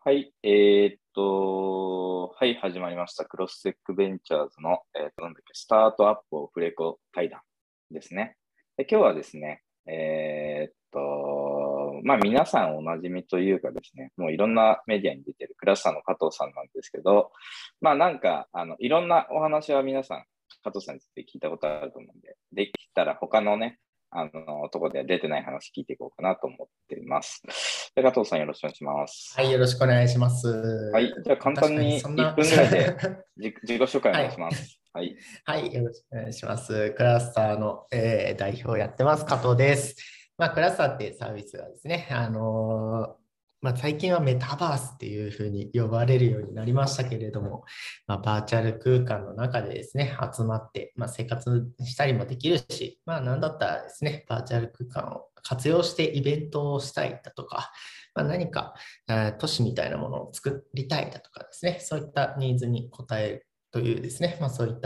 はい、はい、始まりました。クロステックベンチャーズの、なんだっけ、スタートアップオフレコ対談ですね。で、今日はですね、皆さんおなじみというかですね、もういろんなメディアに出てるクラスターの加藤さんなんですけど、いろんなお話は皆さん、加藤さんについて聞いたことあると思うんで、できたら他のね、ところでは出てない話聞いていこうかなと思っています。で、加藤さんよろしくお願いします。 はい、よろしくお願いします。 はい。じゃあ簡確かに単に1 そんな、 分ぐらいで自己紹介お願いしはい、 ます。はい。 はい、よろしくお願いします。クラスターの、代表をやってます、加藤です。クラスターっていうサービスがですね、最近はメタバースっていうふうに呼ばれるようになりましたけれども、バーチャル空間の中でですね、集まって、生活したりもできるし、なんだったらですね、バーチャル空間を活用してイベントをしたいだとか、何か都市みたいなものを作りたいだとかですね、そういったニーズに応えるというですね、そういった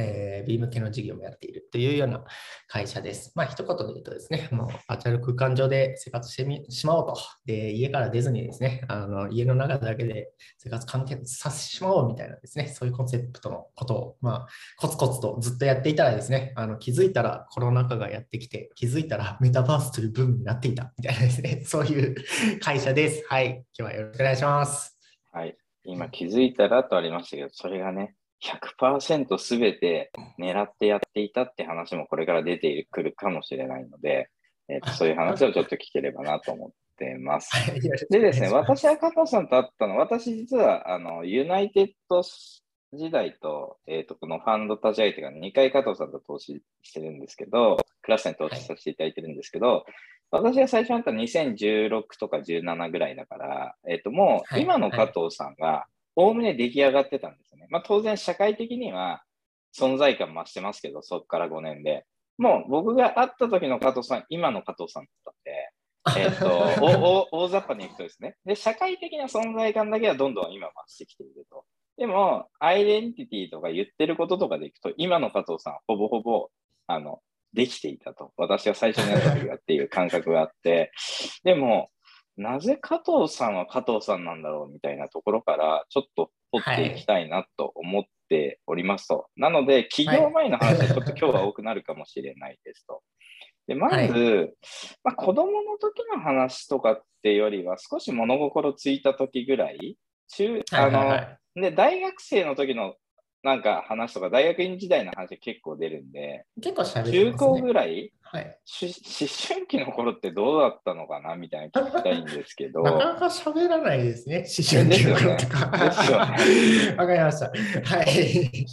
、B 向けの事業もやっているというような会社です。一言で言うとですね、もうバーチャル空間上で生活してしまおうと。で、家から出ずにですね、家の中だけで生活完結させてしまおうみたいなですね、そういうコンセプトのことを、コツコツとずっとやっていたらですね、気づいたらコロナ禍がやってきて、気づいたらメタバースというブームになっていたみたいなですね、そういう会社です。はい、今日はよろしくお願いします。 はい。今気づいたらとありましたけど、それがね、100% すべて狙ってやっていたって話もこれから出てくるかもしれないので、そういう話をちょっと聞ければなと思ってます。 はい、よろしくお願いでですね、 します。 私は加藤さんと会ったの、私実は、ユナイテッド時代と、このファンド立ち上げてから2回加藤さんと投資してるんですけど、クラスに投資させていただいてるんですけど、私が最初に会った2016とか17ぐらいだから、もうはい、 今の加はい。 藤さんが、おおむね出来上がってたんですよね。当然社会的には存在感増してますけど、そこから5年で。もう僕が会った時の加藤さん、今の加藤さんだったんで、大雑把に言うとですね。で、社会的な存在感だけはどんどん今増してきていると。でも、アイデンティティとか言ってることとかでいくと、今の加藤さん、ほぼほぼ、あの、できていたと。私が最初に会った時はっていう感覚があって、でも、なぜ加藤さんは加藤さんなんだろうみたいなところから、ちょっと掘っていきはい。 たいなと思っておりますと。なので、起はい。 業前の話はちょっと今日は多くなるかもしれないですと。で、まはい。 ず、子供の時の話とかってよりは、少し物心ついた時ぐらい、中、 はい。はい。はい。 で、大学生の時のなんか話とか、大学院時代の話結構出るんで、 結構喋って中高ぐますね。 らい、 はい。 思春期の頃ってどうだったのかなみたいな聞きたいんですけど、 なかなか喋らないですね。思春で期すよね。 の頃とか。 ですよね。 わかりました。はい。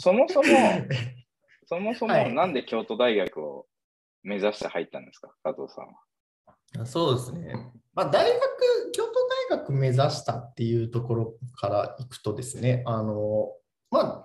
そもそも、そもそはい。 もなんで京都大学を目指して入ったんですか、加藤さんは。 そうですね。京都大学目指したっていうところからいくとですね、ま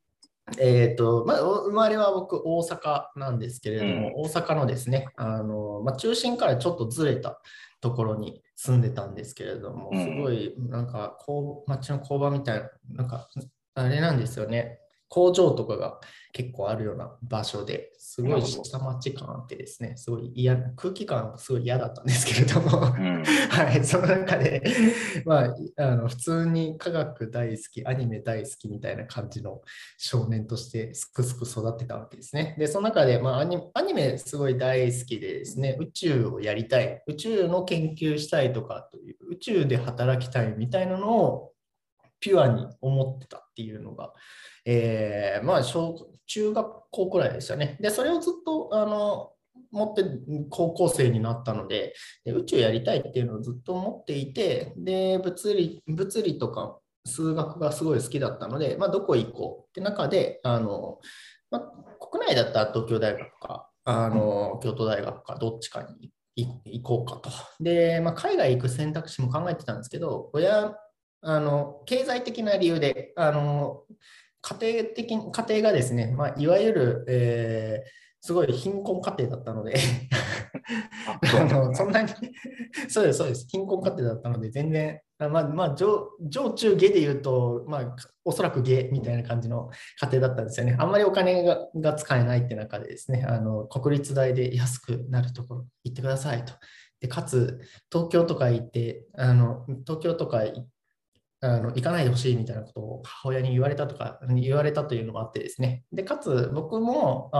生まれは僕、大阪なんですけれども、 うん。 大阪のですね、中心からちょっとずれたところに住んでたんですけれども、すごうん。 い、街の工場みたいな、あれなんですよね、工場とかが結構あるような場所ですごいなるほど。 下町感あってですね、すごい空気感すごい嫌だったんですけれども、 うん。 はい、その中で、普通に科学大好き、アニメ大好きみたいな感じの少年としてすくすく育ってたわけですね。で、その中で、アニメすごい大好きでですね、宇宙をやりたい、宇宙の研究したいとかという、宇宙で働きたいみたいなのをピュアに思ってたっていうのが、中学校くらいでしたね。で、それをずっと、持って高校生になったので、宇宙やりたいっていうのをずっと思っていて、で、物理とか数学がすごい好きだったので、どこ行こうって中で、国内だったら東京大学か、京都大学か、どっちかに行こうかと。で、海外行く選択肢も考えてたんですけど、経済的な理由で、家庭がですね、いわゆる、すごい貧困家庭だったのであ、そうなんですね。 そんなにそうです、そうです。貧困家庭だったので、全然、上中下で言うと、おそらく下みたいな感じの家庭だったんですよね。あんまりお金が使えないって中でですね、国立大で安くなるところ行ってくださいと。で、かつ、東京とか行って、東京とか行かないでほしいみたいなことを母親に言われたというのもあってですね。で、かつ僕も、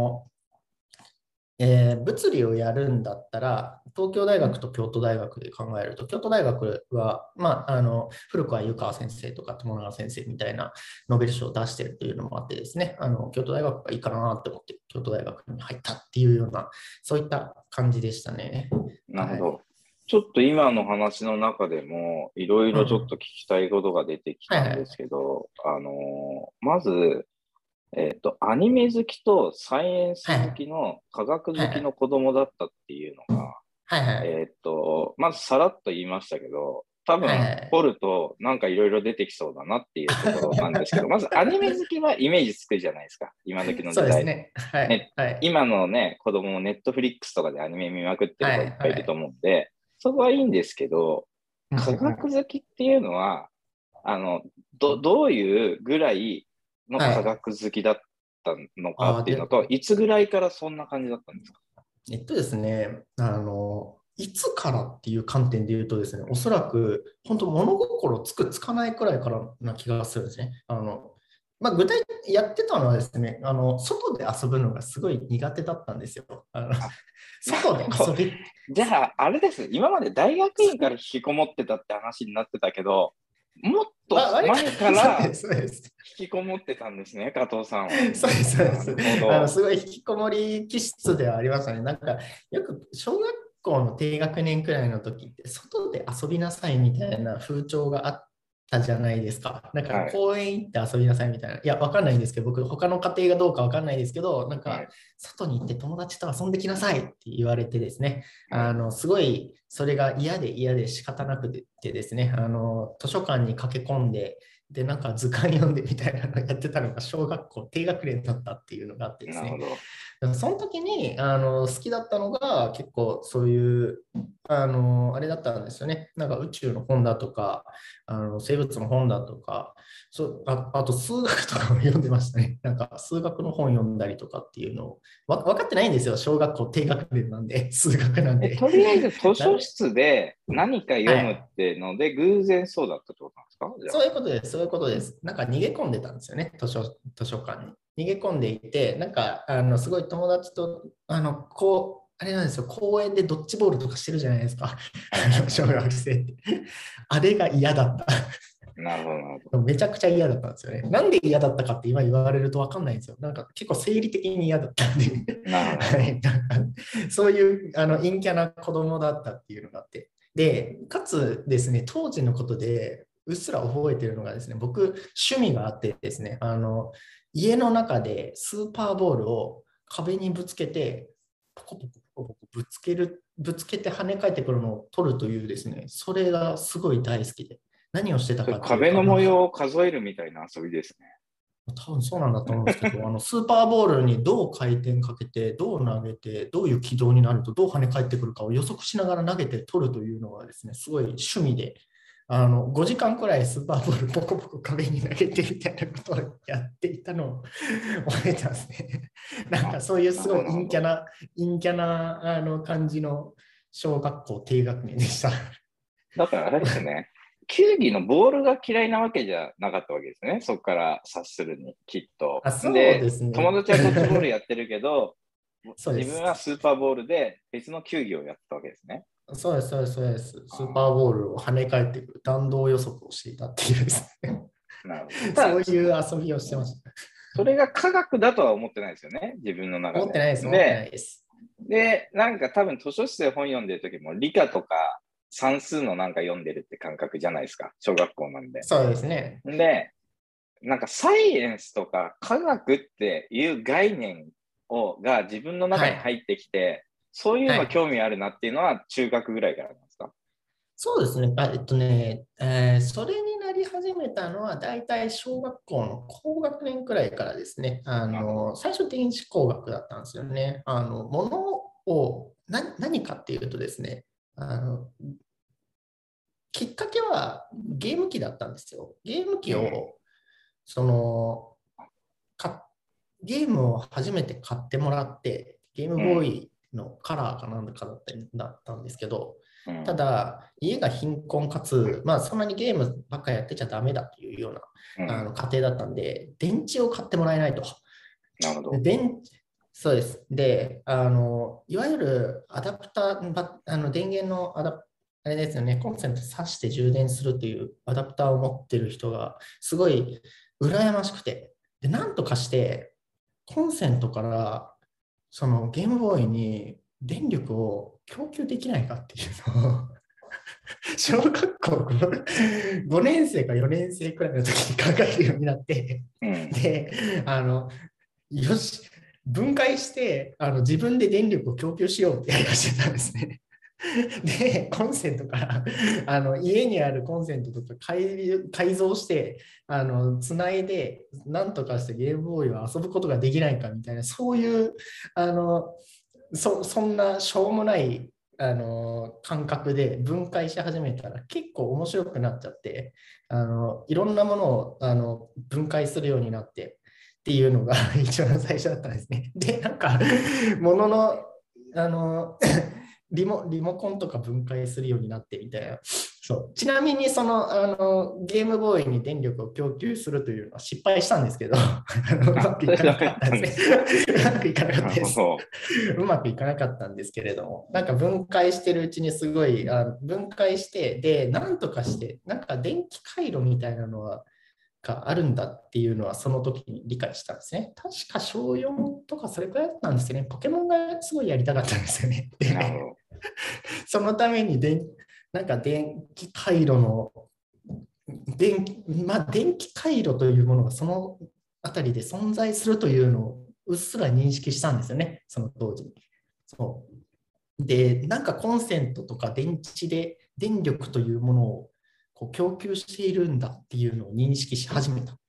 物理をやるんだったら、東京大学と京都大学で考えると、京都大学は、古川湯川先生とか友永先生みたいなノーベル賞を出しているというのもあってですね、京都大学がいいかなと思って、京都大学に入ったっていうような、そういった感じでしたね。 なるほど。 はい。 ちょっと今の話の中でも、いろいろちょっと聞きたいことが出てきはいたんですはい。 けど、まず、アニメ好きとサイエンス好はいきの科学好きのはい。 子供だったっていうのが、 はいはい。 まずさらっと言いましたけど、多はいは分掘い。 るとなんかいろいろ出てきそうだなっていうところなんですけど、まずアニメ好きはイメージつくじゃないですか、今時のそう時代。 ですね。はね、 いはい。 今のね、子供もネットフリックスとかでアニメ見まくってるは子いっいはい。 ぱいいると思うんで、そこはいいんですけど、 うんうん科うん。 学好きっていうのは、あの、どういうぐらいの科はい。 学好きだったのかっあーで、 ていうのと、いつぐらいからそんな感じだったんですか？ ですね、いつからっていう観点で言うとですね、おそらく本当物心つくつかないくらいからな気がするんですね。具体的にやってたのはですね、外で遊ぶのがすごい苦手だったんですよ。 あ、なる外でほど。 遊び、 じゃあ、あれです。今まで大学院から引きこもってたって話になってたけど、もっと割前かとそうでらす、そうです。 引きこもってたんですね、加藤さんは。 そうです、そうでなるほす。 ど。 すごい引きこもり気質ではありましたね。なんか、よく小学校の低学年くらいの時って、外で遊びなさいみたいな風潮があったじゃないですか。なんか、 はい。 公園行って遊びなさいみたいな。いや、わかんないんですけど、僕、他の家庭がどうかわかんないですけど、なんか、 はい。 外に行って友達と遊んできなさいって言われてですね、 はい。 すごい、それが嫌で仕方なくてですね、図書館に駆け込んで、で、なんか図鑑読んでみたいなのをやってたのが小学校低学年だったっていうのがあってですね。 なるほど。 その時に好きだったのが結構そういうあれだったんですよね。なんか宇宙の本だとか、生物の本だとか、あと数学とかも読んでましたね。なんか数学の本読んだりとかっていうのを分かってないんですよ。小学校低学年なんで、数学なんで。 とりあえず図書な室で何か読むっはい。 てので、偶然そうだったってことなんですか？じゃあ。 そういうことです、そういうことです。なんか逃げ込んでたんですよね、図書館に。逃げ込んでいて、なんか、すごい友達と、あれなんですよ、公園でドッジボールとかしてるじゃないですか、 はいはいは小学生って。あれが嫌だった。 い。なるほど、なるほめちゃくちゃ嫌だったんですよね。なんで嫌だったかって今言われると分かんないんですよ。なんか結構生理的に嫌だったんで、 ど。なるほど、なるほど。 はい、なんかそういう陰キャな子供だったっていうのがあって。で、かつですね、当時のことでうっすら覚えてるのがですね、僕、趣味があってですね、家の中でスーパーボールを壁にぶつけて、ポコポコポコポコぶつけて跳ね返ってくるのを取るというですね、それがすごい大好きで、何をしてたそれかっていうと、 壁の模様を数えるみたいな遊びですね。 多分そうなんだと思うんですけど、スーパーボールにどう回転かけて、どう投げて、どういう軌道になると、どう跳ね返ってくるかを予測しながら投げて取るというのがですね、すごい趣味で、5時間くらいスーパーボールポコポコ壁に投げてみたいなことをやっていたのを覚えてますね。なんあ、 かそういうすごいなるほど、なるほど。 陰キャな感じの小学校低学年でした。 だからあれですね。球技のボールが嫌いなわけじゃなかったわけですね。そこから察するに、きっと。 あ、そうでで、 すね。 友達はドッジボールやってるけど、 そうです。 自分はスーパーボールで別の球技をやってたわけですね。 そうです、そうです、そうです。スーパーあボールを跳ね返ってくる弾道予測をしていたっていうですね。 あ、なるほど。ただ、 そういう遊びをしてました。 それが科学だとは思ってないですよね。自分の中で。 思ってないです、思ってなで、 いです。 なんか多分図書室で本読んでる時も理科とか算数のなんか読んでるって感覚じゃないですか。小学校なんで。 そうですね。 で、なんかサイエンスとか科学っていう概念が自分の中はい。 に入ってきて、そういうのはい。 興味あるなっていうのは中学ぐらいからなんですか？ そうですね。それになり始めたのは、大体小学校の高学年くらいからですね。 なるほど。 最初電子工学だったんですよね。ものを何かっていうとですね、あの、きっかけはゲーム機だったんですよ。ゲームうん。 機を、その、かゲームを初めて買ってもらって、ゲームうん。 ボーイのカラーかなんかだったんですけど、 ただ、家が貧困かつ、まあ、そんなにゲームばっかりやってちゃダメだというような家庭だったんで、電池を買ってもらえないと。 なるほど。 でそうです。で、いわゆるアダプター、電源のあれですよね、コンセント挿して充電するというアダプターを持ってる人がすごい羨ましくて、で、なんとかしてコンセントからそのゲームボーイに電力を供給できないかっていうのを小学校5年生か4年生くらいの時に考えるようになって、で、よし、分解して自分で電力を供給しようってやり始めたんですね。で、コンセントから家にあるコンセントとか改造してつないで、なんとかしてゲームボーイを遊ぶことができないかみたいな、そういうそんなしょうもない感覚で分解し始めたら結構面白くなっちゃっていろんなものを分解するようになってっていうのが一番最初だったんですね。で、なんかもののリモコンとか分解するようになってみたいな。そうちなみにゲームボーイに電力を供給するというのは失敗したんですけど、うまくいかなかったんですね。うまくいかなかったです。うまくいかなかったんですけれども、なんか分解してるうちにすごい分解して、で、なんとかして、なんか電気回路みたいなのはがあるんだっていうのはその時に理解したんですね。確か小4とかそれくらいだったんですよね。ポケモンがすごいやりたかったんですよね。でそのためになんか電気回路の電気回路というものがそのあたりで存在するというのをうっすら認識したんですよね、その当時。そうで、なんかコンセントとか電池で電力というものを供給しているんだっていうのを認識し始めた。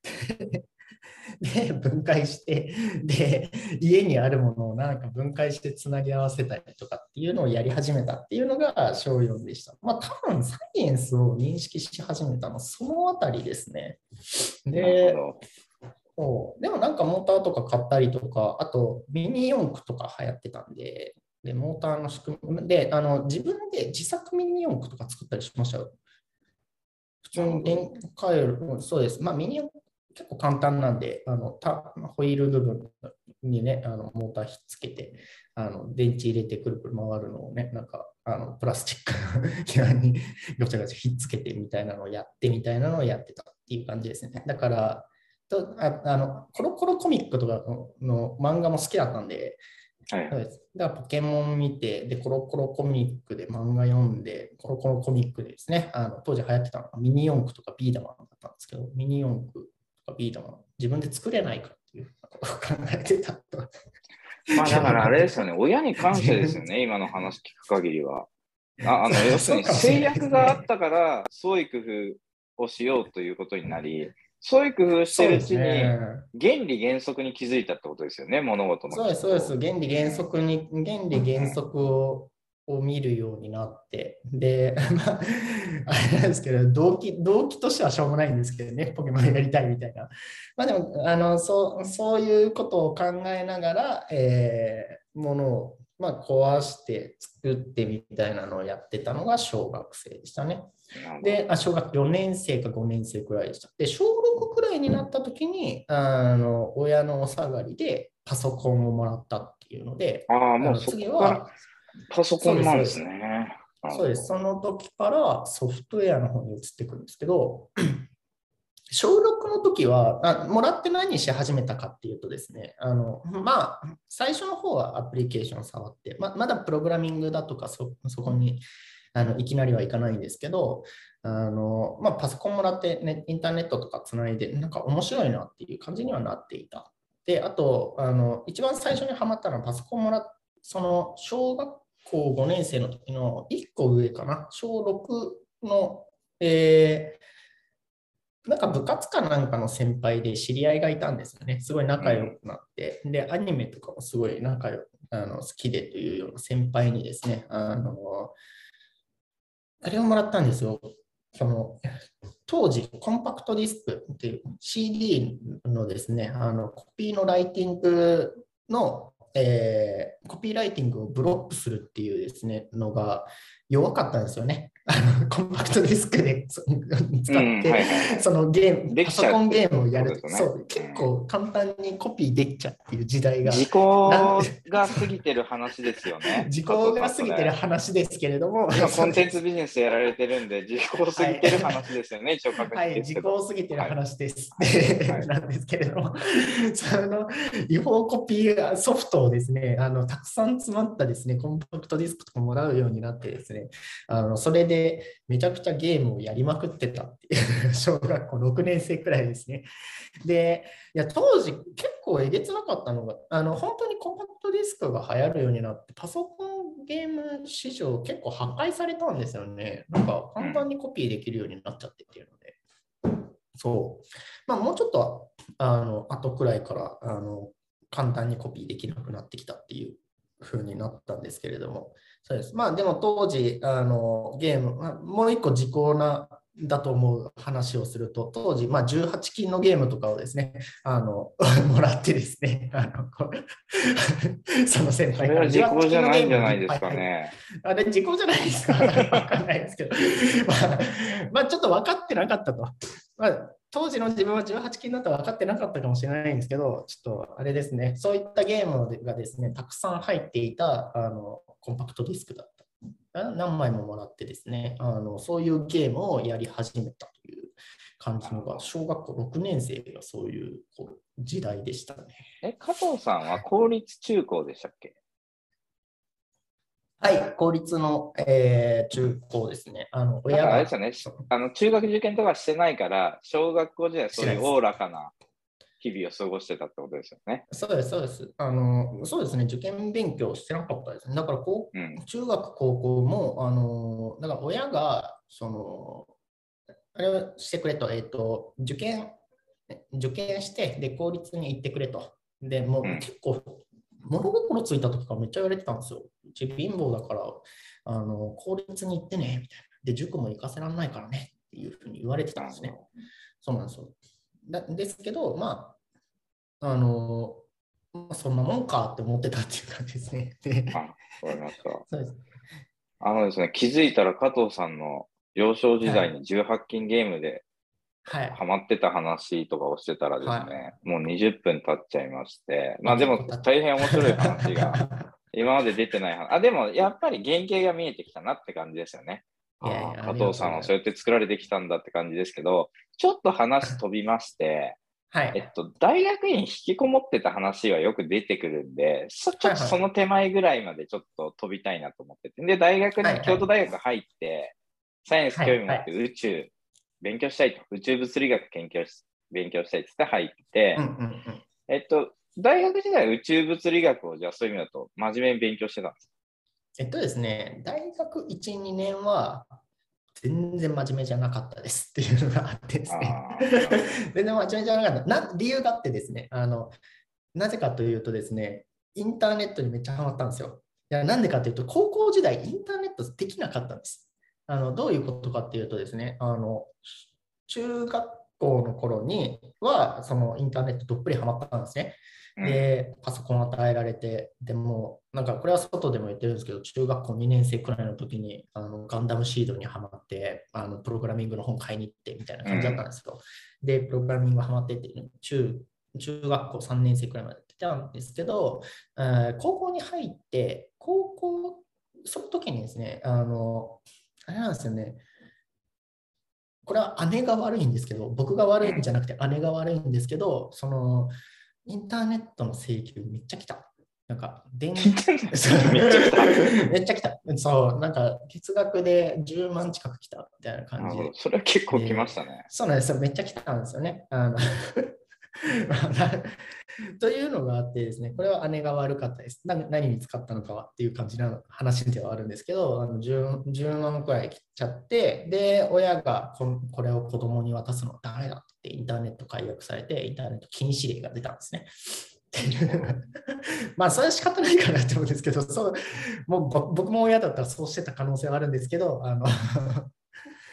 で、分解して、で、家にあるものをなんか分解してつなぎ合わせたりとかっていうのをやり始めたっていうのが小4でした。まあ、多分サイエンスを認識し始めたのはそのあたりですね。で、でもなんかモーターとか買ったりとか、あとミニ四駆とか流行ってたんで、モーターの仕組みで、自分で自作ミニ四駆とか作ったりしましたよ。普通に電回路、そうです。まあ、ミニ四駆結構簡単なんで、ホイール部分にね、モーターひっつけて、電池入れてくるくる回るのをね、なんか、プラスチックの際にごちゃごちゃひっつけてみたいなのをやってみたいなのをやってたっていう感じですね。だから、コロコロコミックとかの漫画も好きだったんで、はい、だからポケモン見て、で、コロコロコミックで漫画読んで、コロコロコミックでですね、当時流行ってたのがミニ四駆とかビーダマンだったんですけど、ミニ四駆とかビーダマン、自分で作れないかっていうことを考えてたと。 まあだからあれですよね、親に感謝ですよね、今の話聞く限りは。要するに制約があったから、創意工夫をしようということになり、創意工夫してるうちに、原理原則に気づいたってことですよね、物事の。 そうです、そうです。原理原則を見るようになって、で、まあ、あれなんですけど、動機としてはしょうもないんですけどね、ポケモンやりたいみたいな。まあでも、そういうことを考えながら、ものを、壊して作ってみたいなのをやってたのが小学生でしたね。で、小学4年生か5年生くらいでした。で、小6くらいになった時に、親のお下がりでパソコンをもらったっていうので、 もう次はパソコンなんですね。 そうです。その時からソフトウェアの方に移っていくんですけど、小6の時はもらって何し始めたかっていうとですね、最初の方はアプリケーションを触って、まだプログラミングだとかそこにいきなりはいかないんですけど、パソコンもらって、ね、インターネットとかつないで、なんか面白いなっていう感じにはなっていた。で、あと、一番最初にハマったのはパソコンもらって、その小学校5年生の時の1個上かな、小6の、なんか部活かなんかの先輩で知り合いがいたんですよね。すごい仲良くなって、で、アニメとかもすごい好きでというような先輩にですね、あれをもらったんですよ。当時、コンパクトディスクっていう CD のですね、コピーのライティングの、コピーライティングをブロックするっていうですね、のが弱かったんですよね。コンパクトディスクで使って、そのゲーム、パソコンゲームをやると、そう、結構簡単にコピーできちゃうっていう時代が。 時効が過ぎてる話ですよね。 時効が過ぎてる話ですけれども。 今、コンテンツビジネスやられてるんで、時効過ぎてる話ですよね、一応確認ですけど。 はい、時効過ぎてる話です。なんですけれども、その違法コピーソフトをですね、たくさん詰まったですね、コンパクトディスクとかもらうようになってですね、それでめちゃくちゃゲームをやりまくってたっていう小学校6年生くらいですね。で、いや当時結構えげつなかったのが、本当にコンパクトディスクが流行るようになって、パソコンゲーム市場結構破壊されたんですよね。なんか簡単にコピーできるようになっちゃってっていうので。そう。まあもうちょっと後くらいから簡単にコピーできなくなってきたっていう風になったんですけれども。そうです。まあでも当時、ゲーム、もう一個時効だと思う話をすると、当時、18金のゲームとかをですね、もらってですね、その先輩から。 それは時効じゃないんじゃないですかね。 あれ、時効じゃないですか。わかんないですけど、ちょっと分かってなかったと。当時の自分は18金だと分かってなかったかもしれないんですけど、ちょっとあれですね、そういったゲームがですね、たくさん入っていたコンパクトディスクだった。何枚ももらってですね、そういうゲームをやり始めたという感じのが、小学校6年生がそういう時代でしたね。 加藤さんは公立中高でしたっけ？ はい、公立の、中高ですね。親が。 あれですよね、中学受験とかしてないから、小学校時代そういうおおらかな日々を過ごしてたってことですよね。 そうです、そうです。そうですね、受験勉強してなかったですね。だから中学、高校も、だから親が、あれをしてくれと、受験して、で、公立に行ってくれと。で、もう結構、物心ついた時からめっちゃ言われてたんですよ。うち貧乏だから、公立に行ってね、みたいな。で、塾も行かせられないからね、っていうふうに言われてたんですね。そうなんですよ。ですけど、そんなもんかって思ってたっていう感じですね。 わかりました。 そうです。 ですね、気づいたら加藤さんの幼少時代に18禁ゲームでハマってた話とかをしてたらですね、もう20分経っちゃいまして、でも大変面白い話が今まで出てない話。でもやっぱり原型が見えてきたなって感じですよね。加藤さんはそうやって作られてきたんだって感じですけど、ちょっと話飛びまして、大学院引きこもってた話はよく出てくるんで、ちょっとその手前ぐらいまでちょっと飛びたいなと思ってて。で、京都大学入って、サイエンス興味持って宇宙勉強したいと、宇宙物理学勉強したいって言って入って、大学時代宇宙物理学をじゃあそういう意味だと真面目に勉強してたんですか？ ですね、大学1、2年は全然真面目じゃなかったですっていうのがあってですね。全然真面目じゃなかった。理由があってですね、なぜかというとですね、インターネットにめっちゃハマったんですよ。なんでかというと、高校時代インターネットできなかったんです。どういうことかっていうとですね、中学校の頃にはそのインターネットどっぷりハマったんですね。で、パソコン与えられて、でも、なんかこれは外でも言ってるんですけど、中学校2年生くらいの時にガンダムシードにはまって、プログラミングの本買いに行ってみたいな感じだったんですよ。で、プログラミングはまってって中学校3年生くらいまでやってたんですけど、高校に入って、その時にですね、あれなんですよね、これは姉が悪いんですけど、僕が悪いんじゃなくて姉が悪いんですけど、インターネットの請求めっちゃ来た。なんか、めっちゃ来た。そう、なんか、月額で10万近く来たみたいな感じで。 それは結構来ましたね。 そうなんですよ。めっちゃ来たんですよね。というのがあってですね、これは姉が悪かったです。何に使ったのかはっていう感じの話ではあるんですけど、10万くらい切っちゃって、で、親がこれを子供に渡すのはダメだってインターネット解約されて、インターネット禁止令が出たんですね。それは仕方ないかなって思うんですけど、もう僕も親だったらそうしてた可能性はあるんですけど、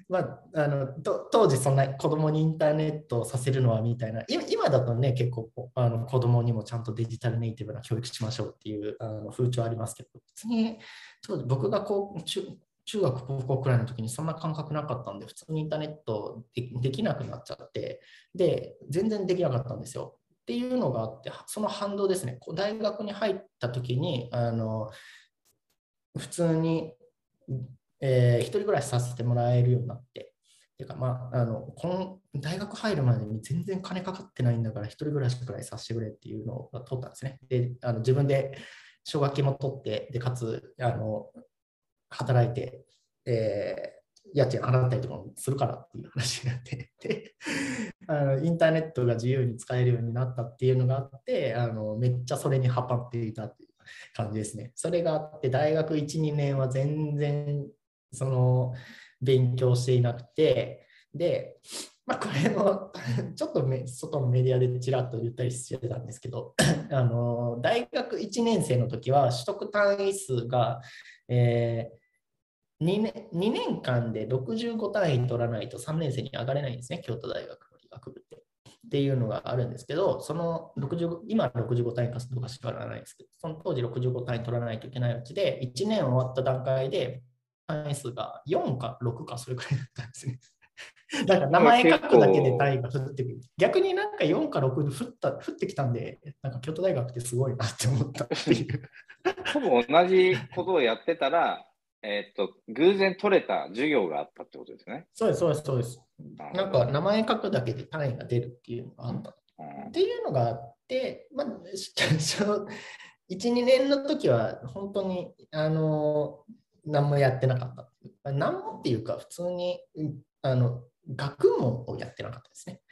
まあ、当時そんな子供にインターネットをさせるのはみたいな、今だとね、結構子供にもちゃんとデジタルネイティブな教育しましょうっていう風潮ありますけど、別に当時僕が中学、高校くらいの時にそんな感覚なかったんで、普通にインターネットできなくなっちゃって、で、全然できなかったんですよ。っていうのがあって、その反動ですね、大学に入った時に、普通に、一人暮らしさせてもらえるようになって、てかまあ、この大学入るまでに全然金かかってないんだから一人暮らしくらいさせてくれっていうのを取ったんですね。で、自分で奨学金も取って、で、かつ、働いて、家賃払ったりとかもするからっていう話になってでインターネットが自由に使えるようになったっていうのがあってめっちゃそれにハマっていたっていう感じですね。それがあって大学1、2年は全然勉強していなくてで、まあ、これもちょっと外のメディアでちらっと言ったりしてたんですけど大学1年生の時は取得単位数が、2年間で65単位取らないと3年生に上がれないんですね、京都大学の理学部って。っていうのがあるんですけど、その今65単位かどうか知らないですけど、その当時65単位取らないといけないうちで、1年終わった段階で単位数が4か6かそれくらいだったんですね。なんか名前書くだけで単位が降ってくる。逆になんか4か6で降ってきたんで、なんか京都大学ってすごいなって思ったっていう。 多分同じことをやってたら、偶然取れた授業があったってことですね。 そうです、そうです、そうです。なんか名前書くだけで単位が出るっていうのがあった。っていうのがあって、まあ、1、2年の時は本当に何もやってなかった。何もっていうか、普通に学問をやってなかったですね。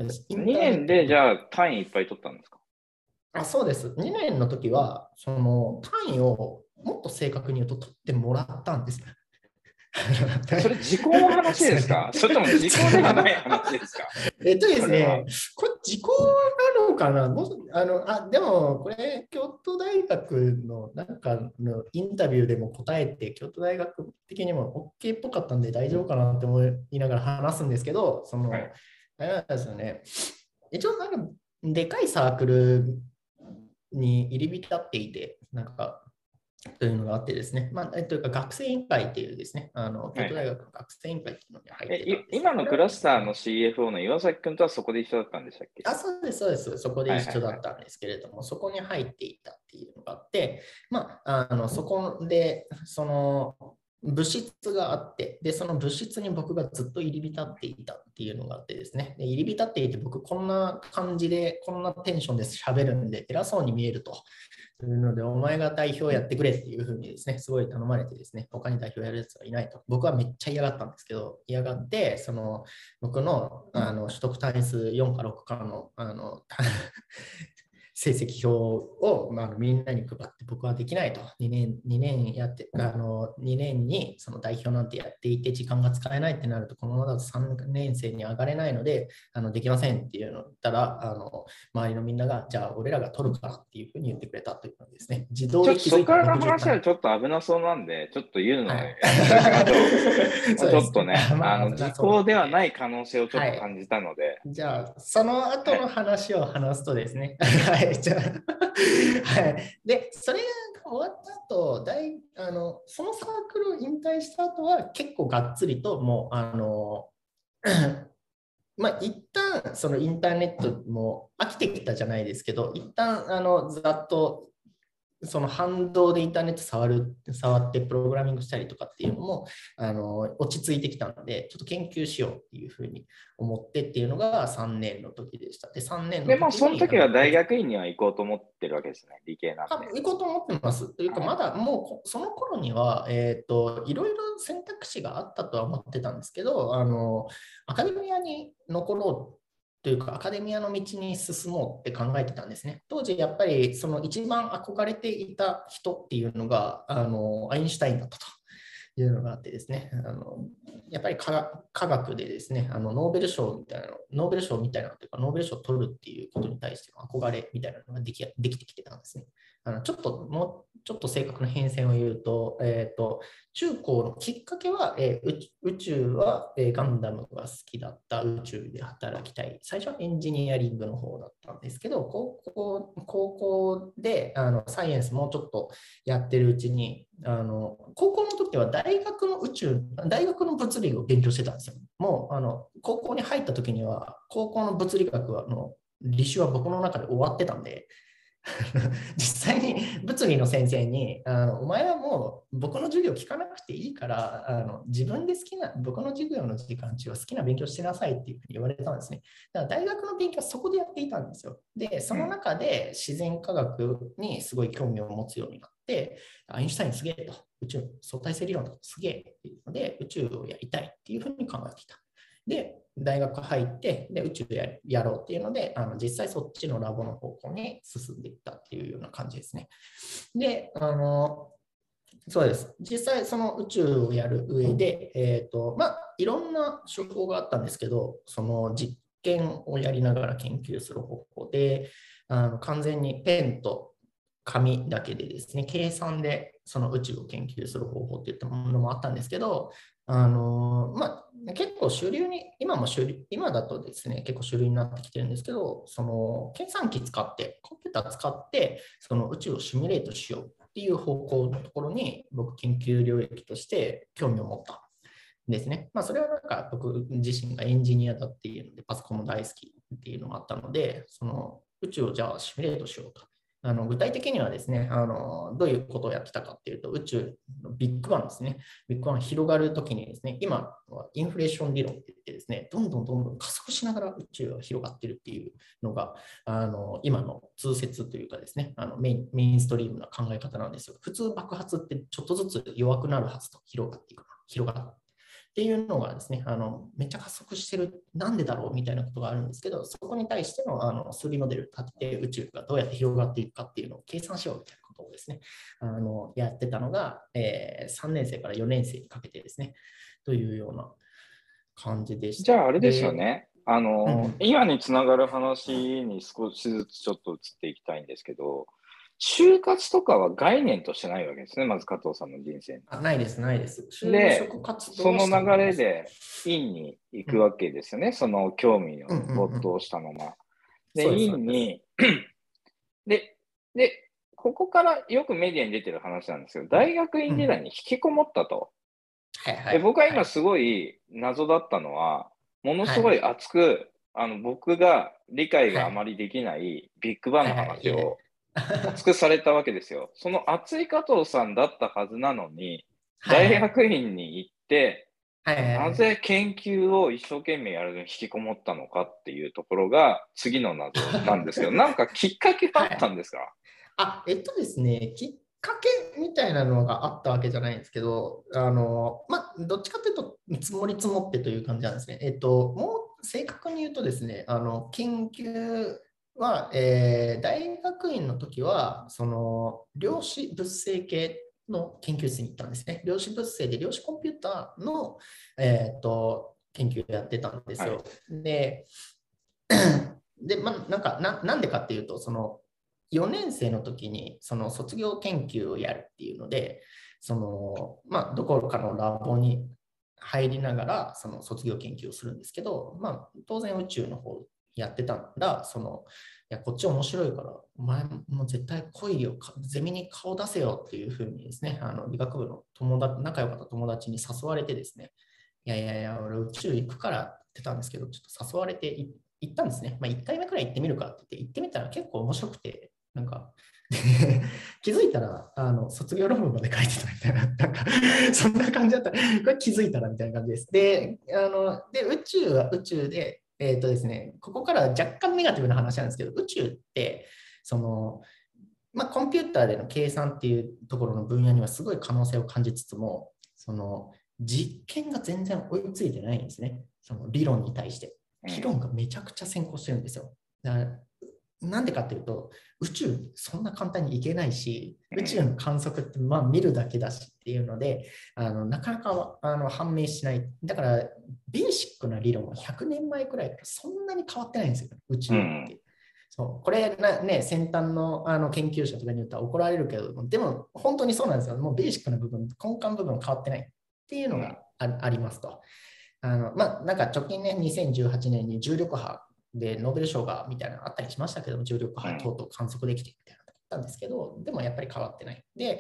2年でじゃあ単位いっぱい取ったんですか？ そうです。2年の時は、その単位をもっと正確に言うと取ってもらったんです。 それ時効の話ですか？それとも時効ではない話ですか？ ですね、これ時効なのかなでも、これ、京都大学のなんかのインタビューでも答えて、京都大学的にも OK っぽかったんで大丈夫かなって思いながら話すんですけど、はい、あれなんですよね。一応、なんか、でかいサークルに入り浸っていて、なんか、というのがあってですね、というか学生委員会っていうですね、京都大学の学生委員会っていうのに入ってたんです、 今のクラスターの CFO の岩崎君とはそこで一緒だったんでしたっけ？ そうです、そうです。そこで一緒だったんですけれども、そこに入っていたっていうのがあって、そこで、物質があって、で、その物質に僕がずっと入り浸っていたっていうのがあってですね、で入り浸っていて、僕こんな感じで、こんなテンションで喋るんで、偉そうに見えると。というので、お前が代表やってくれっていうふうにですね、すごい頼まれてですね、他に代表やるやつはいないと。僕はめっちゃ嫌がったんですけど、嫌がって、僕の取得単位数4か6からの成績表を、みんなに配って僕はできないと。2年やって、2年にその代表なんてやっていて時間が使えないってなると、このままだと3年生に上がれないので、できませんっていうのを言ったら、周りのみんなが、じゃあ俺らが取るからっていうふうに言ってくれたというのですね。自動で気づいた。 そこからの話はちょっと危なそうなんで、ちょっと言うので、ちょっとね、時効ではない可能性をちょっと感じたので。 じゃあ、その後の話を話すとですね、はい、じゃあ、はい。で、それが終わった後、そのサークルを引退した後は、結構がっつりと、もう、一旦そのインターネットも飽きてきたじゃないですけど、一旦ざっとその反動でインターネット触ってプログラミングしたりとかっていうのも落ち着いてきたので、ちょっと研究しようっていうふうに思ってっていうのが3年の時でした。で、3年の時に。 でも、その時は大学院には行こうと思ってるわけですね、理系なんで。 行こうと思ってます。というか、まだもうその頃には、いろいろ選択肢があったとは思ってたんですけど、アカデミアに残ろうというか、アカデミアの道に進もうって考えてたんですね。当時、やっぱりその一番憧れていた人っていうのがアインシュタインだったと。 いうのがあってですね、やっぱり科学でですね、ノーベル賞みたいなノーベル賞みたいなというか、ノーベル賞を取るっていうことに対しての憧れみたいなのができてきてたんですね。もうちょっと正確な変遷を言うと、中高のきっかけは、宇宙は、ガンダムが好きだった、宇宙で働きたい。最初はエンジニアリングの方だったんですけど、高校でサイエンスもうちょっとやってるうちに、高校の時は大学の物理を勉強してたんですよ。もう高校に入った時には、高校の物理学は履修は僕の中で終わってたんで、実際に物理の先生にお前はもう僕の授業聞かなくていいから自分で僕の授業の時間中は好きな勉強してなさいっていうふうに言われたんですね。だから大学の勉強はそこでやっていたんですよ。で、その中で自然科学にすごい興味を持つようになって、アインシュタインすげえと、宇宙相対性理論とかすげえっていうので、宇宙をやりたいっていうふうに考えていた。で、大学入って、で宇宙でやろうっていうので、実際そっちのラボの方向に進んでいったっていうような感じですね。で、そうです。実際その宇宙をやる上で、いろんな手法があったんですけど、その実験をやりながら研究する方法で、完全にペンと紙だけでですね、計算でその宇宙を研究する方法っていったものもあったんですけど、結構主流に、今だとですね、結構主流になってきてるんですけど、その計算機使って、コンピューター使って、その宇宙をシミュレートしようっていう方向のところに、僕、研究領域として興味を持ったんですね。それはなんか僕自身がエンジニアだっていうので、パソコンも大好きっていうのがあったので、その宇宙をじゃあシミュレートしようと。具体的にはですね、どういうことをやってたかっていうと、宇宙のビッグバンですね、ビッグバン広がるときにですね、今はインフレーション理論って言ってですね、どんどん加速しながら宇宙が広がっているっていうのが、今の通説というかですね、メインストリームな考え方なんですよ。普通爆発ってちょっとずつ弱くなるはずと広がっていく。広がっていうのがですね、めっちゃ加速してる、なんでだろうみたいなことがあるんですけど、そこに対しての数理モデル立てて、宇宙がどうやって広がっていくかっていうのを計算しようみたいなことをですね、やってたのが、3年生から4年生にかけてですね、というような感じでした。 じゃああれですよね。 うん今につながる話に少しずつちょっと移っていきたいんですけど、就活とかは概念としてないわけですね。まず加藤さんの人生に。 ないです、ないです。就で、 職活動そのはしたことないです。 流れで院に行うんくわけですよね。その興味うんを没うんうん。 頭したまま。で、 そうです、そうです。 院にで、ここからよくメディアに出てる話なんですけど、大学院時代うん。 に引きこもったと。 はいはで、 いはい。 僕は今すごい謎だったのは、ものすごいはい。 熱く、僕が理解があまはい。 りできないビッグバンのはいはい。いいね。 話を熱くされたわけですよ。その熱い加藤さんだったはずなのに、大はいはい。 学院に行って、 はいはいはい。 なぜ研究を一生懸命やるのに引きこもったのかっていうところが次の謎なんですけど、なんかきっかけがあはい。 ったんですか？ ですね、きっかけみたいなのがあったわけじゃないんですけど、どっちかというと、積もり積もってという感じなんですね。もう正確に言うとですね、研究は、大学院の時は、量子物性系の研究室に行ったんですね。量子物性で量子コンピューターの、研究をやってたんですはい。 よ。で、なんでかっていうと、4年生の時にその卒業研究をやるっていうので、どこかのラボに入りながらその卒業研究をするんですけど、当然宇宙の方やってたら、いやこっち面白いから、お前も絶対来いよ、ゼミに顔出せよっていうふうにですね、理学部の仲良かった友達に誘われてですね、いやいやいや、俺宇宙行くからって言ってたんですけど、ちょっと誘われて行ったんですね。1回目くらい行ってみるかって言って、行ってみたら結構面白くて、なんか気づいたら卒業論文まで書いてたみたいな、なんかそんな感じだった。これ気づいたらみたいな感じです。で宇宙は宇宙で、ですね、ここから若干ネガティブな話なんですけど、宇宙って、その、コンピューターでの計算っていうところの分野にはすごい可能性を感じつつも、実験が全然追いついてないんですね。その理論に対して。 うん。 理論がめちゃくちゃ先行してるんですよ。だからなんでかっていうと、宇宙にそんな簡単に行けないし、宇宙の観測ってまあ見るだけだしっていうので、なかなか判明しない。だから、ベーシックな理論は100年前くらいからそんなに変わってないんですよ、宇宙って。そうこれね、先端の研究者とかに言ったら怒られるけど、でも本当にそうなんですよ。もうベーシックな部分、根幹部分変わってないっていうのがありますと。まあ、なんか直近ね、2018年に重力波でノーベル賞がみたいなのあったりしましたけども、重力波等々観測できてみたいなのがあったんですけど、でもやっぱり変わってない。で、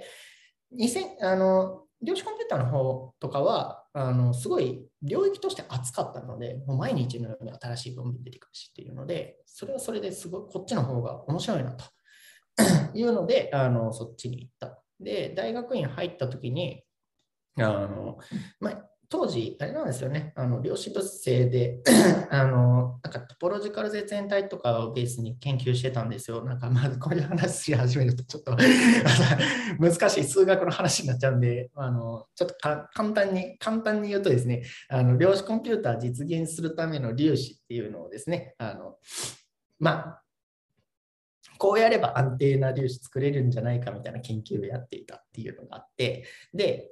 量子コンピューターの方とかは、すごい領域として熱かったので、もう毎日のように新しい論文出てくるしっていうので、それはそれですごいこっちの方が面白いなというので、そっちに行った。で、大学院入った時に、まあ、当時、あれなんですよね、量子物性でなんかトポロジカル絶縁体とかをベースに研究してたんですよ。なんか、まずこういう話し始めると、ちょっと難しい数学の話になっちゃうんで、ちょっと簡単に言うとですね、量子コンピューター実現するための粒子っていうのをですね、まあ、こうやれば安定な粒子作れるんじゃないかみたいな研究をやっていたっていうのがあって、で、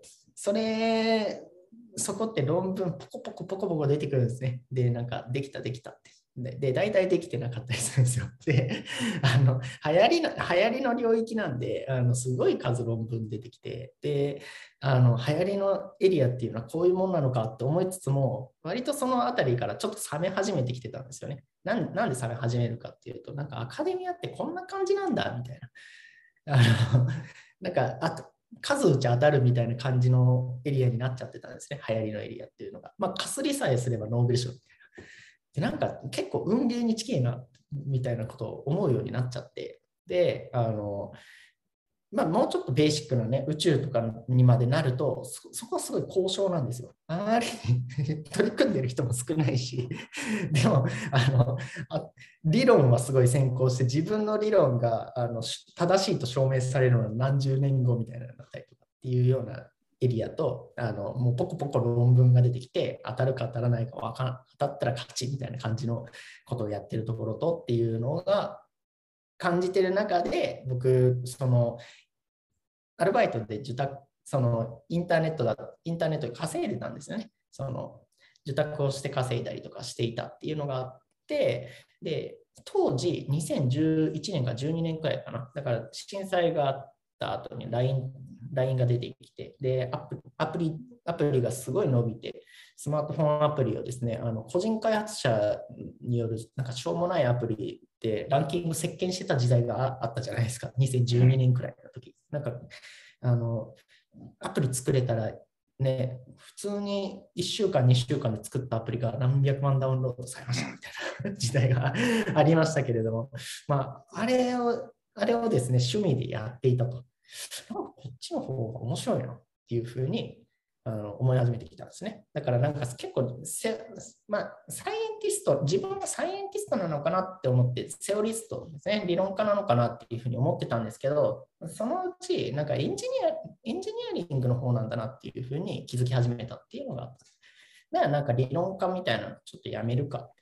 そこって論文ポコポコ出てくるんですね。で、なんか、できたって。で、大体できてなかったりするんですよ。で、流行りの領域なんで、すごい数論文出てきて、で、流行りのエリアっていうのはこういうもんなのかって思いつつも、割とそのあたりからちょっと冷め始めてきてたんですよね。なんで冷め始めるかっていうと、なんかアカデミアってこんな感じなんだみたいな。なんか、数打ち当たるみたいな感じのエリアになっちゃってたんですね、流行りのエリアっていうのが。まあ、かすりさえすればノーベル賞みたいな。で、なんか結構運ゲーに近いなみたいなことを思うようになっちゃって、で、まあ、もうちょっとベーシックなね、宇宙とかにまでなると、そこはすごい高尚なんですよ。あまり取り組んでる人も少ないし、でも理論はすごい先行して、自分の理論が正しいと証明されるのは何十年後みたいなのだったりとかっていうようなエリアと、もうポコポコ論文が出てきて、当たるか当たらないか分からん、当たったら勝ちみたいな感じのことをやってるところとっていうのが感じてる中で、僕、アルバイトでインターネットで稼いでたんですよね。受託をして稼いだりとかしていたっていうのがあって、で、当時2011年か12年くらいかな。だから震災があった後に LINE が出てきて、で、アプリがすごい伸びて、スマートフォンアプリをですね、個人開発者によるなんかしょうもないアプリでランキング席巻してた時代があったじゃないですか。2012年くらいの時。なんかアプリ作れたらね、普通に1週間、2週間で作ったアプリが何百万ダウンロードされましたみたいな時代がありましたけれども、まあ、あれをですね、趣味でやっていたと。なんかこっちの方が面白いなっていうふうに思い始めてきたんですね。だからなんか結構まあ、自分がサイエンティストなのかなって思って、セオリストですね、理論家なのかなっていうふうに思ってたんですけど、そのうちなんかエンジニアリングの方なんだなっていうふうに気づき始めたっていうのがあった。だからなんか理論家みたいなのちょっとやめるかって、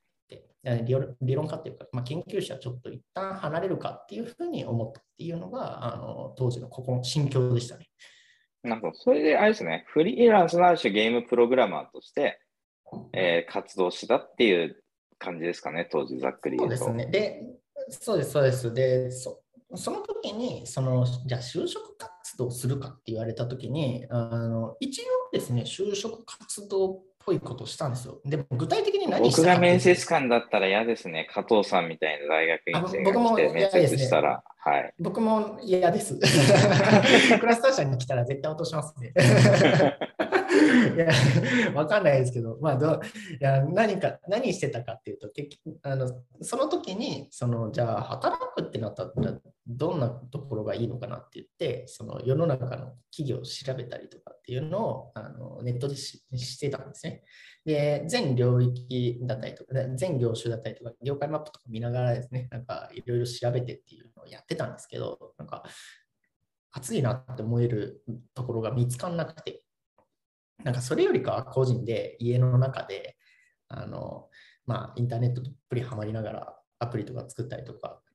理論家っていうか、まあ、研究者ちょっと一旦離れるかっていうふうに思ったっていうのが、当時の心境でしたね。 なんかそれであれですね、フリーランスのある種ゲームプログラマーとして、活動したっていう感じですかね、当時ざっくり言うと。 そうですね。で、そうです。で、その時に、じゃあ就職活動するかって言われた時に、一応ですね、就職活動っぽいことをしたんですよ。でも具体的に何したか僕が面接官だったら嫌ですね。加藤さんみたいな大学院生が来て面接したら。はい。 僕も嫌です。クラスター社に来たら絶対落としますね。いや、わかんないですけど、まあいや何してたかっていうと、その時に、じゃあ、働くってなったら、どんなところがいいのかなって言って、世の中の企業を調べたりとかっていうのをネットでしてたんですね。で、全領域だったりとか、全業種だったりとか、業界マップとか見ながらですね、なんかいろいろ調べてっていうのをやってたんですけど、なんか、熱いなって思えるところが見つからなくて、なんかそれよりかは個人で家の中で、まあ、インターネットどっぷりハマりながらアプリとか作ったりとか、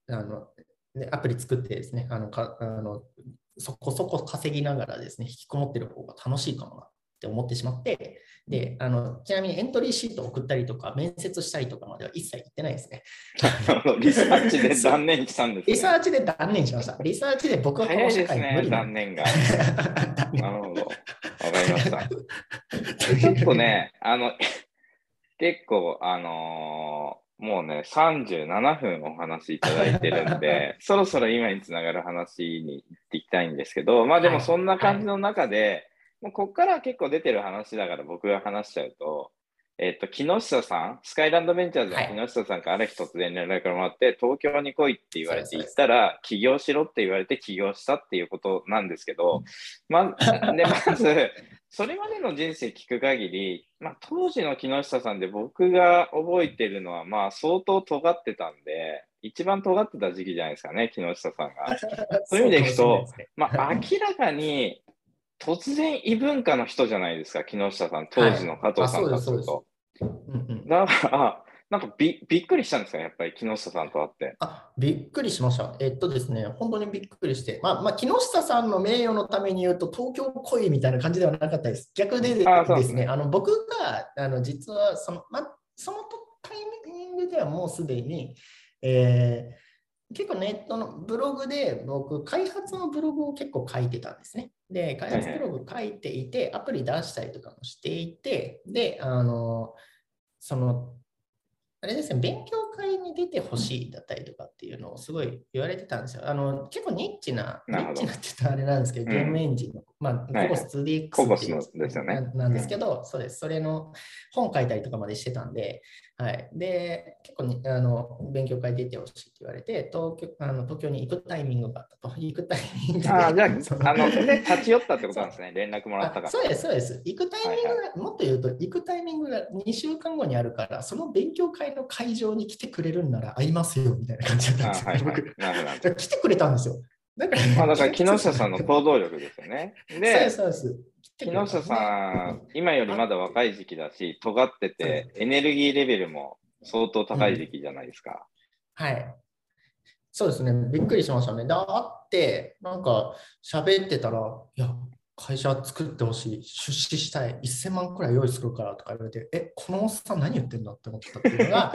アプリ作ってですね、そこそこ稼ぎながらですね、引きこもってる方が楽しいかもなって思ってしまって、で、ちなみにエントリーシートを送ったりとか、面接したりとかまでは一切行ってないですね。 リサーチで断念したんですね。 リサーチで断念しました。リサーチで僕はこの社会無理断念が。 断念なるほど。わかりました。ちょっとね、結構、もうね、37分お話しいただいてるんで、そろそろ今につながる話に行っていきたいんですけど、まあでもそんな感じの中で、もうここからは結構出てる話だから僕が話しちゃうと、木下さん、スカイランドベンチャーズの木下さんからある日突然連絡がもらって、東京に来いって言われて行ったら、起業しろって言われて起業したっていうことなんですけど、まず、それまでの人生聞く限り、まあ、当時の木下さんで僕が覚えてるのは、まあ、相当尖ってたんで、一番尖ってた時期じゃないですかね、木下さんが。そういう意味でいくと、まあ、明らかに突然異文化の人じゃないですか、木下さん、当時の加藤さんからすると。だから、なんかびっくりしたんですか、やっぱり木下さんと会って。 びっくりしました。ですね、本当にびっくりして、木下さんの名誉のために言うと、東京来いみたいな感じではなかったです。逆でですね、僕が実はそのタイミングではもうすでに、結構ネットのブログで僕、開発のブログを結構書いてたんですね。で、開発ブログ書いていて、アプリ出したりとかもしていて、で、あれですね、勉強会に出てほしいだったりとかっていうのをすごい言われてたんですよ。結構ニッチなって言ったらあれなんですけど、ゲームエンジンの、ココス 2DX っていうなんですけど、そうです。それの本書いたりとかまでしてたんで、はい。で、結構勉強会出てほしいって言われて、東京に行くタイミングがあったと。行くタイミングで。 じゃあ、で、立ち寄ったってことなんですね。連絡もらったから。 そうです、そうです。行くタイミングが、もっと言うと、行くタイミングが2週間後にあるから、その勉強会の会場に来てくれるんなら会いますよ、みたいな感じだったんですよ。僕。来てくれたんですよ。 だから木下さんの行動力ですよね。で、 そうです。 木下さん、今よりまだ若い時期だし、尖ってて、エネルギーレベルも相当高い時期じゃないですか。 はい。そうですね、びっくりしましたね。で、会って、なんか喋ってたら、いや、会社作ってほしい、出資したい、1000万くらい用意するからとか言われて、このおっさん何言ってんだって思ったっていうのが、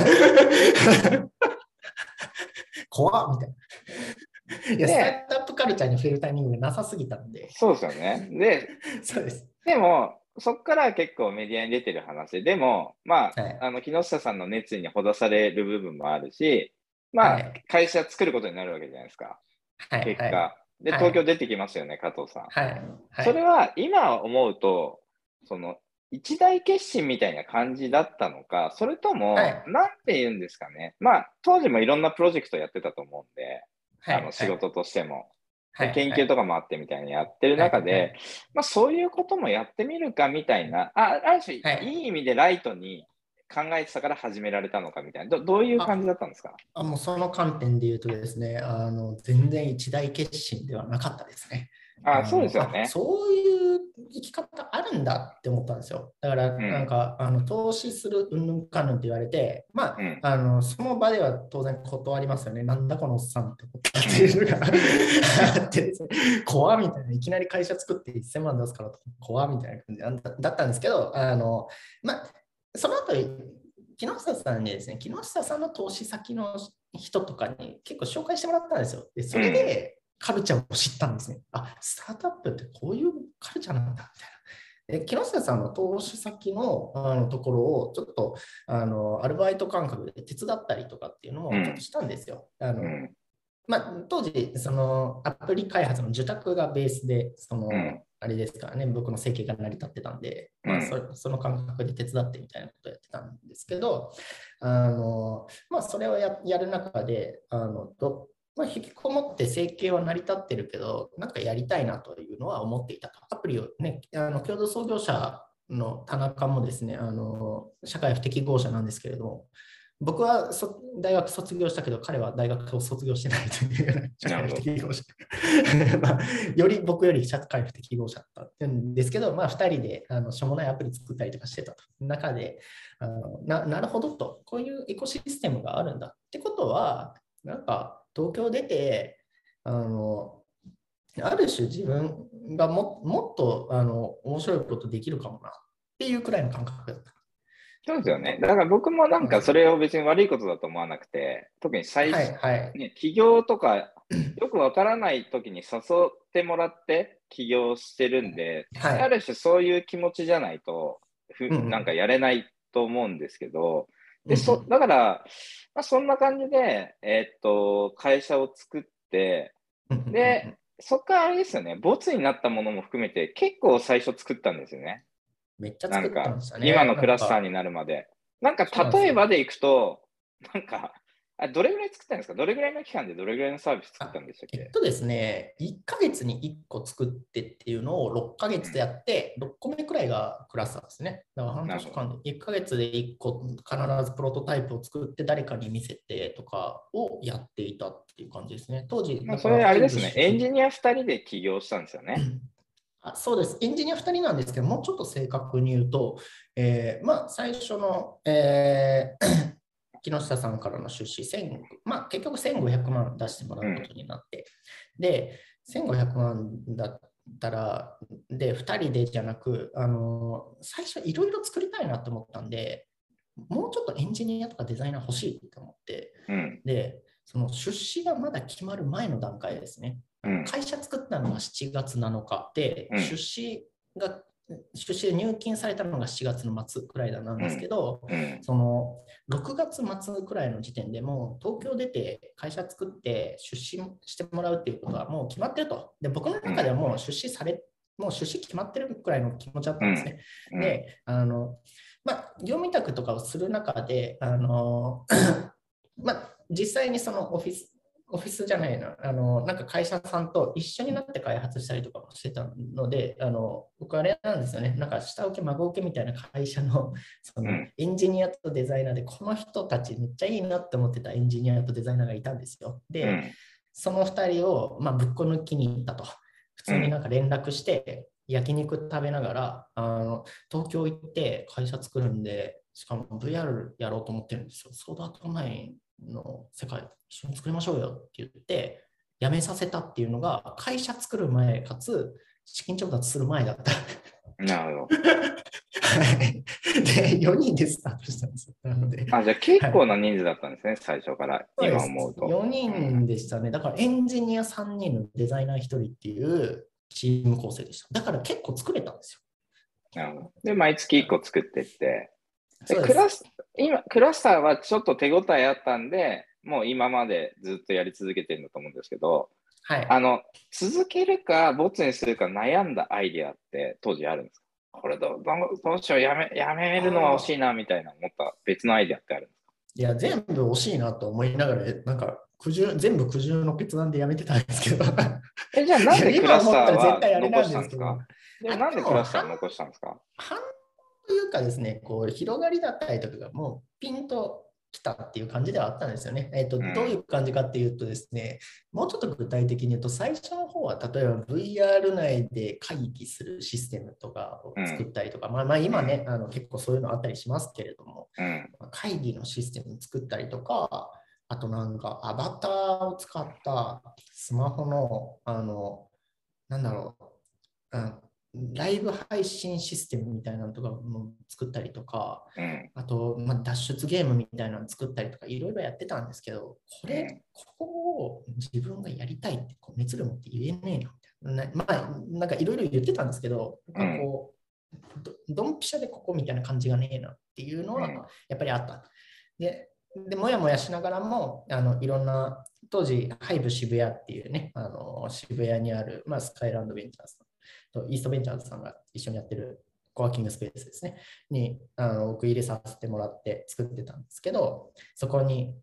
怖っみたいな。いや、スタートアップカルチャーに触れるタイミングがなさすぎたんで。 そうですよね。で、 そうです。 でも、そこから結構メディアに出てる話でも、木下さんの熱意にほだされる部分もあるし、会社作ることになるわけじゃないですか。結果。で、東京出てきますよね、加藤さん。それは今思うと、一大決心みたいな感じだったのか、それとも、なんて言うんですかね。当時もいろんなプロジェクトやってたと思うんで、仕事としても。研究とかもあってみたいにやってる中で、そういうこともやってみるかみたいな、ある種、いい意味でライトに考えてたから始められたのかみたいな、どういう感じだったんですか？ もうその観点で言うとですね、全然一大決心ではなかったですね。 そうですよね。 そういう生き方あるんだって思ったんですよ。だから、なんか、投資するうんぬんかんぬんって言われて、その場では当然断りますよね。なんだこのおっさんって思ったっていうのがあってですね、怖みたいな、いきなり会社作って1000万出すからと怖みたいな感じだったんですけど、その後、木下さんにですね、木下さんの投資先の人とかに結構紹介してもらったんですよ。で、それでカルチャーを知ったんですね。スタートアップってこういうカルチャーなんだみたいな。で、木下さんの投資先のところをちょっとアルバイト感覚で手伝ったりとかっていうのもちょっとしたんですよ。当時、アプリ開発の受託がベースで、あれですからね、僕の生計が成り立ってたんで、その感覚で手伝ってみたいなことをやってたんですけど、それをやる中で、引きこもって生計は成り立ってるけど、なんかやりたいなというのは思っていたと。アプリをね、共同創業者の田中もですね、社会不適合者なんですけれども、僕は大学卒業したけど、彼は大学を卒業してないという社会不適合者。より僕より社会不適合者だったんですけど、2人でしょうもないアプリ作ったりとかしてた中でなるほどと、こういうエコシステムがあるんだってことは、 なんか東京出て、ある種自分がもっと面白いことできるかもなっていうくらいの感覚だった。 そうですよね。だから僕もなんかそれを別に悪いことだと思わなくて、特にはいはい。 ね、起業とかよくわからない時に誘ってもらって起業してるんで、あはい。 る種そういう気持ちじゃないと、なんかうんうん。 やれないと思うんですけど、で、 うんうん。 だから、まあ、そんな感じで、会社を作って、 うんうんうんうで、 ん。 そっからあれですよね、ボツになったものも含めて結構最初作ったんですよね。 めっちゃ作ってなんか、 ましたね。 今のなんか、 クラスターになるまで。なんか、 そうなんですよ。 例えばでいくと、なんか、どれぐらい作ったんですか？どれぐらいの期間でどれぐらいのサービス作ったんでしたっけ？ ですね、1ヶ月に1個作ってっていうのを6ヶ月でうん。 やって、6個目くらいがクラスターですね。だから半なるほど。 年間で1ヶ月で1個必ずプロトタイプを作って誰かに見せてとかをやっていたっていう感じですね。当時、 まあ、そだからハイれあれですね。 ブシフ、 エンジニア2人で起業したんですよね。 そうです。エンジニア2人なんですけど、もうちょっと正確に言うと、まあ、最初の、木下さんからの出資、まあ、結局1500万出してもらうん。 うことになって、で、1500万だったら、で、2人でじゃなく、最初いろいろ作りたいなと思ったんで、もうちょっとエンジニアとかデザイナー欲しいと思って、 うん。 で、その出資がまだ決まる前の段階ですね。 うん。 会社作ったのが7月7日で、 うん。 出資で入金されたのが7月の末くらいなんですけうん。 ど、 うん。 その6月末くらいの時点でもう東京出て会社作って出資してもらうっていうことはもう決まってると。で、僕のうん。 中ではもう出資決まってるくらいの気持ちだっうん。 たんですね。 うん。 で、まあ、業務委託とかをする中で、まあ、実際にそのオフィスじゃないな、なんか会社さんと一緒になって開発したりとかもしてたので、僕あれなんですよね、なんか下請け、孫請けみたいな会社の、そのうん。 エンジニアとデザイナーで、この人たちめっちゃいいなって思ってたエンジニアとデザイナーがいたんですよ。で、 うん。 その2人を、まあ、ぶっこ抜きに行ったと。普通になんか連絡して、焼肉食べながら、東京行って会社作るんで、しかも VR やろうと思ってるんですよ。ソードアートオンラインの世界一緒に作りましょうよって言って、辞めさせたっていうのが、会社作る前かつ、資金調達する前だった。 なるほど。 はい。で、4人でスタートしたんですよ。なので、 あ、じゃあ結はい。 構な人数だったんですね、最初から、今そうです。 思うと。 4 うん。 人でしたね。だからエンジニア3人のデザイナー1人っていうチーム構成でした。だから結構作れたんですなるほど。で、毎月1 よ。 個作ってって、で、 そうです。 クラスターはちょっと手応えあったんで、もう今までずっとやり続けてるんだと思うんですけど、 はい。 あの、続けるか、ボツにするか悩んだアイディアって当時あるんですか？これどうしよう、やめるのは惜しいああ。 な、みたいな思った別のアイディアってあるんですか？ いや、全部惜しいなと思いながら、なんか全部苦渋の決断でやめてたんですけど、 じゃあなんでクラスター今思ったら絶対あれなは残しんですけど、 たんですか？で、 あ、 なんでクでも、 ラスター残したんですか？ 反というかですね、こう広がりだったりとかがもうピンときたっていう感じではあったんですよね。どういうん、 う感じかっていうとですね、もうちょっと具体的に言うと、最初の方は例えば VR 内で会議するシステムとかを作っうん、 たりとか、まあ今うん、 ね、結構そういうのあったりしますけれども、 うん、 会議のシステム作ったりとか、あとなんかアバターを使ったスマホの、なんだろう、ライブ配信システムみたいなのとかも作ったりとか、 うん、 あと、まあ、脱出ゲームみたいなの作ったりとか、いろいろやってたんですけど、ここを自分がやりたいってこう熱量持って言えねえなみたいな。まあ、なんかいろいろ言ってたんですけど、僕うん、 はこう、ドンピシャでここみたいな感じがねえなっていうのはうん、 やっぱりあった。もやもやしながらも、いろんな、当時、ハイブ渋谷っていうね、渋谷にある、まあ、スカイランドベンチャーズとイーストベンチャーズさんが一緒にやってるコワーキングスペースですね、に僕入れさせてもらって作ってたんですけど、そこに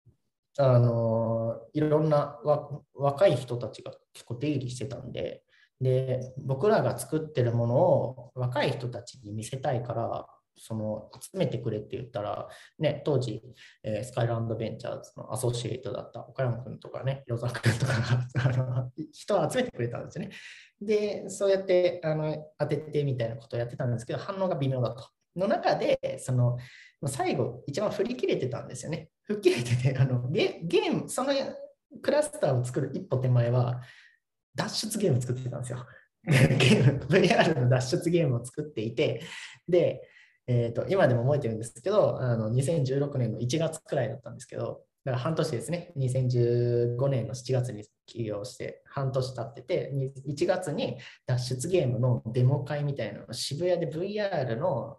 いろんな若い人たちが結構出入りしてたんで、僕らが作ってるものを若い人たちに見せたいから、集めてくれって言ったら、ね、当時、スカイランドベンチャーズのアソシエイトだった岡山君とかね、広沢君とかが人を集めてくれたんですよね。で、そうやって当ててみたいなことをやってたんですけど、反応が微妙だと。の中で、最後、一番振り切れてたんですよね。 吹っ切れてて、ゲーム、そのクラスターを作る一歩手前は、脱出ゲーム作ってたんですよ。ゲーム、VR の脱出ゲームを作っていて、で、今でも覚えてるんですけど、2016年の1月くらいだったんですけど、だから半年ですね、2015年の7月に起業して、半年経ってて、1月に脱出ゲームのデモ会みたいなの、渋谷で VR の、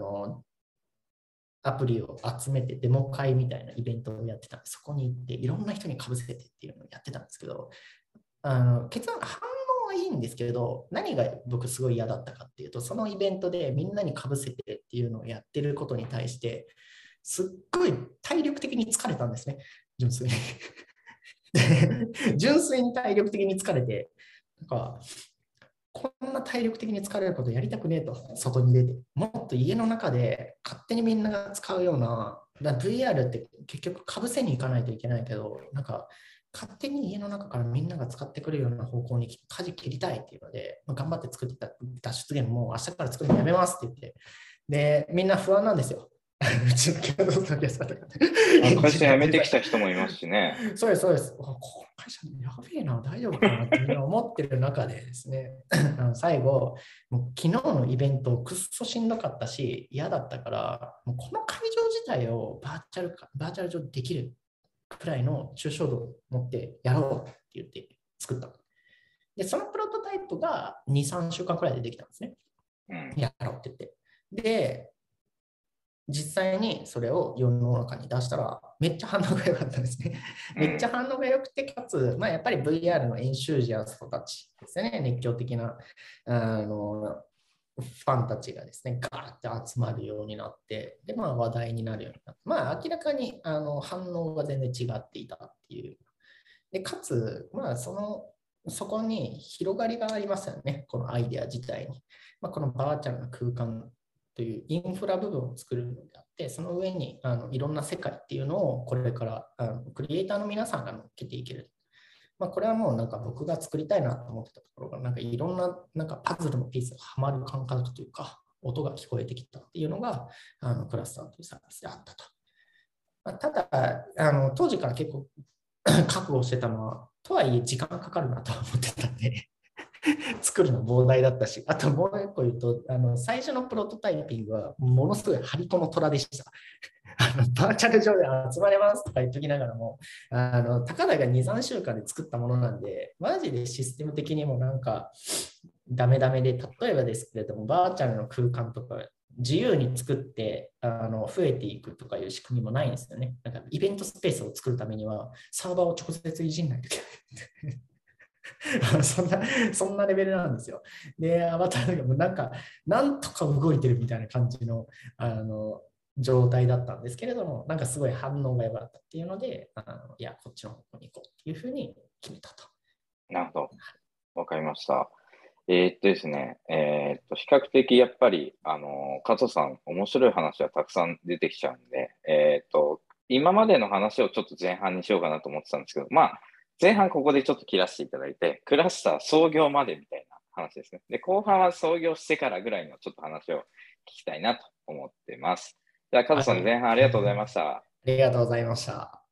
アプリを集めてデモ会みたいなイベントをやってたんで、そこに行っていろんな人にかぶせてっていうのをやってたんですけど、結論、反応はいいんですけど、何が僕すごい嫌だったかっていうと、そのイベントでみんなにかぶせてっていうのをやってることに対して、すっごい体力的に疲れたんですね、純粋に。純粋に体力的に疲れて、なんか、こんな体力的に疲れることやりたくねえと、外に出て。もっと家の中で勝手にみんなが使うような、VR って結局かぶせに行かないといけないけど、なんか勝手に家の中からみんなが使ってくるような方向に舵切りたいっていうので、頑張って作ってた脱出ゲームも明日から作るのやめますって言って、で、みんな不安なんですよ。うちの共同のさとか会社辞めてきた人もいますしね。 そうです、そうです。この会社やべえな、大丈夫かなってみんな思ってる中でですね、最後、もう昨日のイベントくっそしんどかったし、嫌だったから、もうこの会場自体をバーチャル上できるくらいの抽象度を持ってやろうって言って作った。で、そのプロトタイプが2、3週間くらいでできたんですね。やろうって言って。で、実際にそれを世の中に出したら、めっちゃ反応が良かったですね。めっちゃ反応が良くて、かつ、やっぱり VR の演習ジアストたちですね、熱狂的なファンたちがですね、ガーッて集まるようになって、で、話題になるようになって、明らかに反応が全然違っていたっていう。で、かつ、そこに広がりがありますよね、このアイデア自体に。このバーチャルな空間というインフラ部分を作るのであって、その上にいろんな世界っていうのをこれからクリエイターの皆さんが乗っけていける。これはもうなんか僕が作りたいなと思ってたところが、なんかいろんななんかパズルのピースがはまる感覚というか、音が聞こえてきたっていうのがクラスターというサービスであったと。ただ当時から結構覚悟してたのは、とはいえ時間かかるなと思ってたんで作るの膨大だったし、あともう一個言うと、最初のプロトタイピングはものすごい張り子の虎でした。バーチャル上で集まれますとか言っときながらも、たかだか2、3週間で作ったものなんで、マジでシステム的にもなんかダメダメで、例えばですけれども、バーチャルの空間とか自由に作って増えていくとかいう仕組みもないんですよね。なんかイベントスペースを作るためには、サーバーを直接いじんないといけない。そんなレベルなんですよ。で、アバターがもうなんとか動いてるみたいな感じの、状態だったんですけれども、なんかすごい反応が良かったっていうので、いや、こっちの方向に行こうっていうふうに決めたと。 なるほど。わかりました。ですね、比較的やっぱり、加藤さん、面白い話はたくさん出てきちゃうんで、今までの話をちょっと前半にしようかなと思ってたんですけど、前半ここでちょっと切らせていただいて、クラスター創業までみたいな話ですね。で、後半は創業してからぐらいのちょっと話を聞きたいなと思ってます。じゃあ、加藤さん、前半ありがとうございました。 ありがとうございました。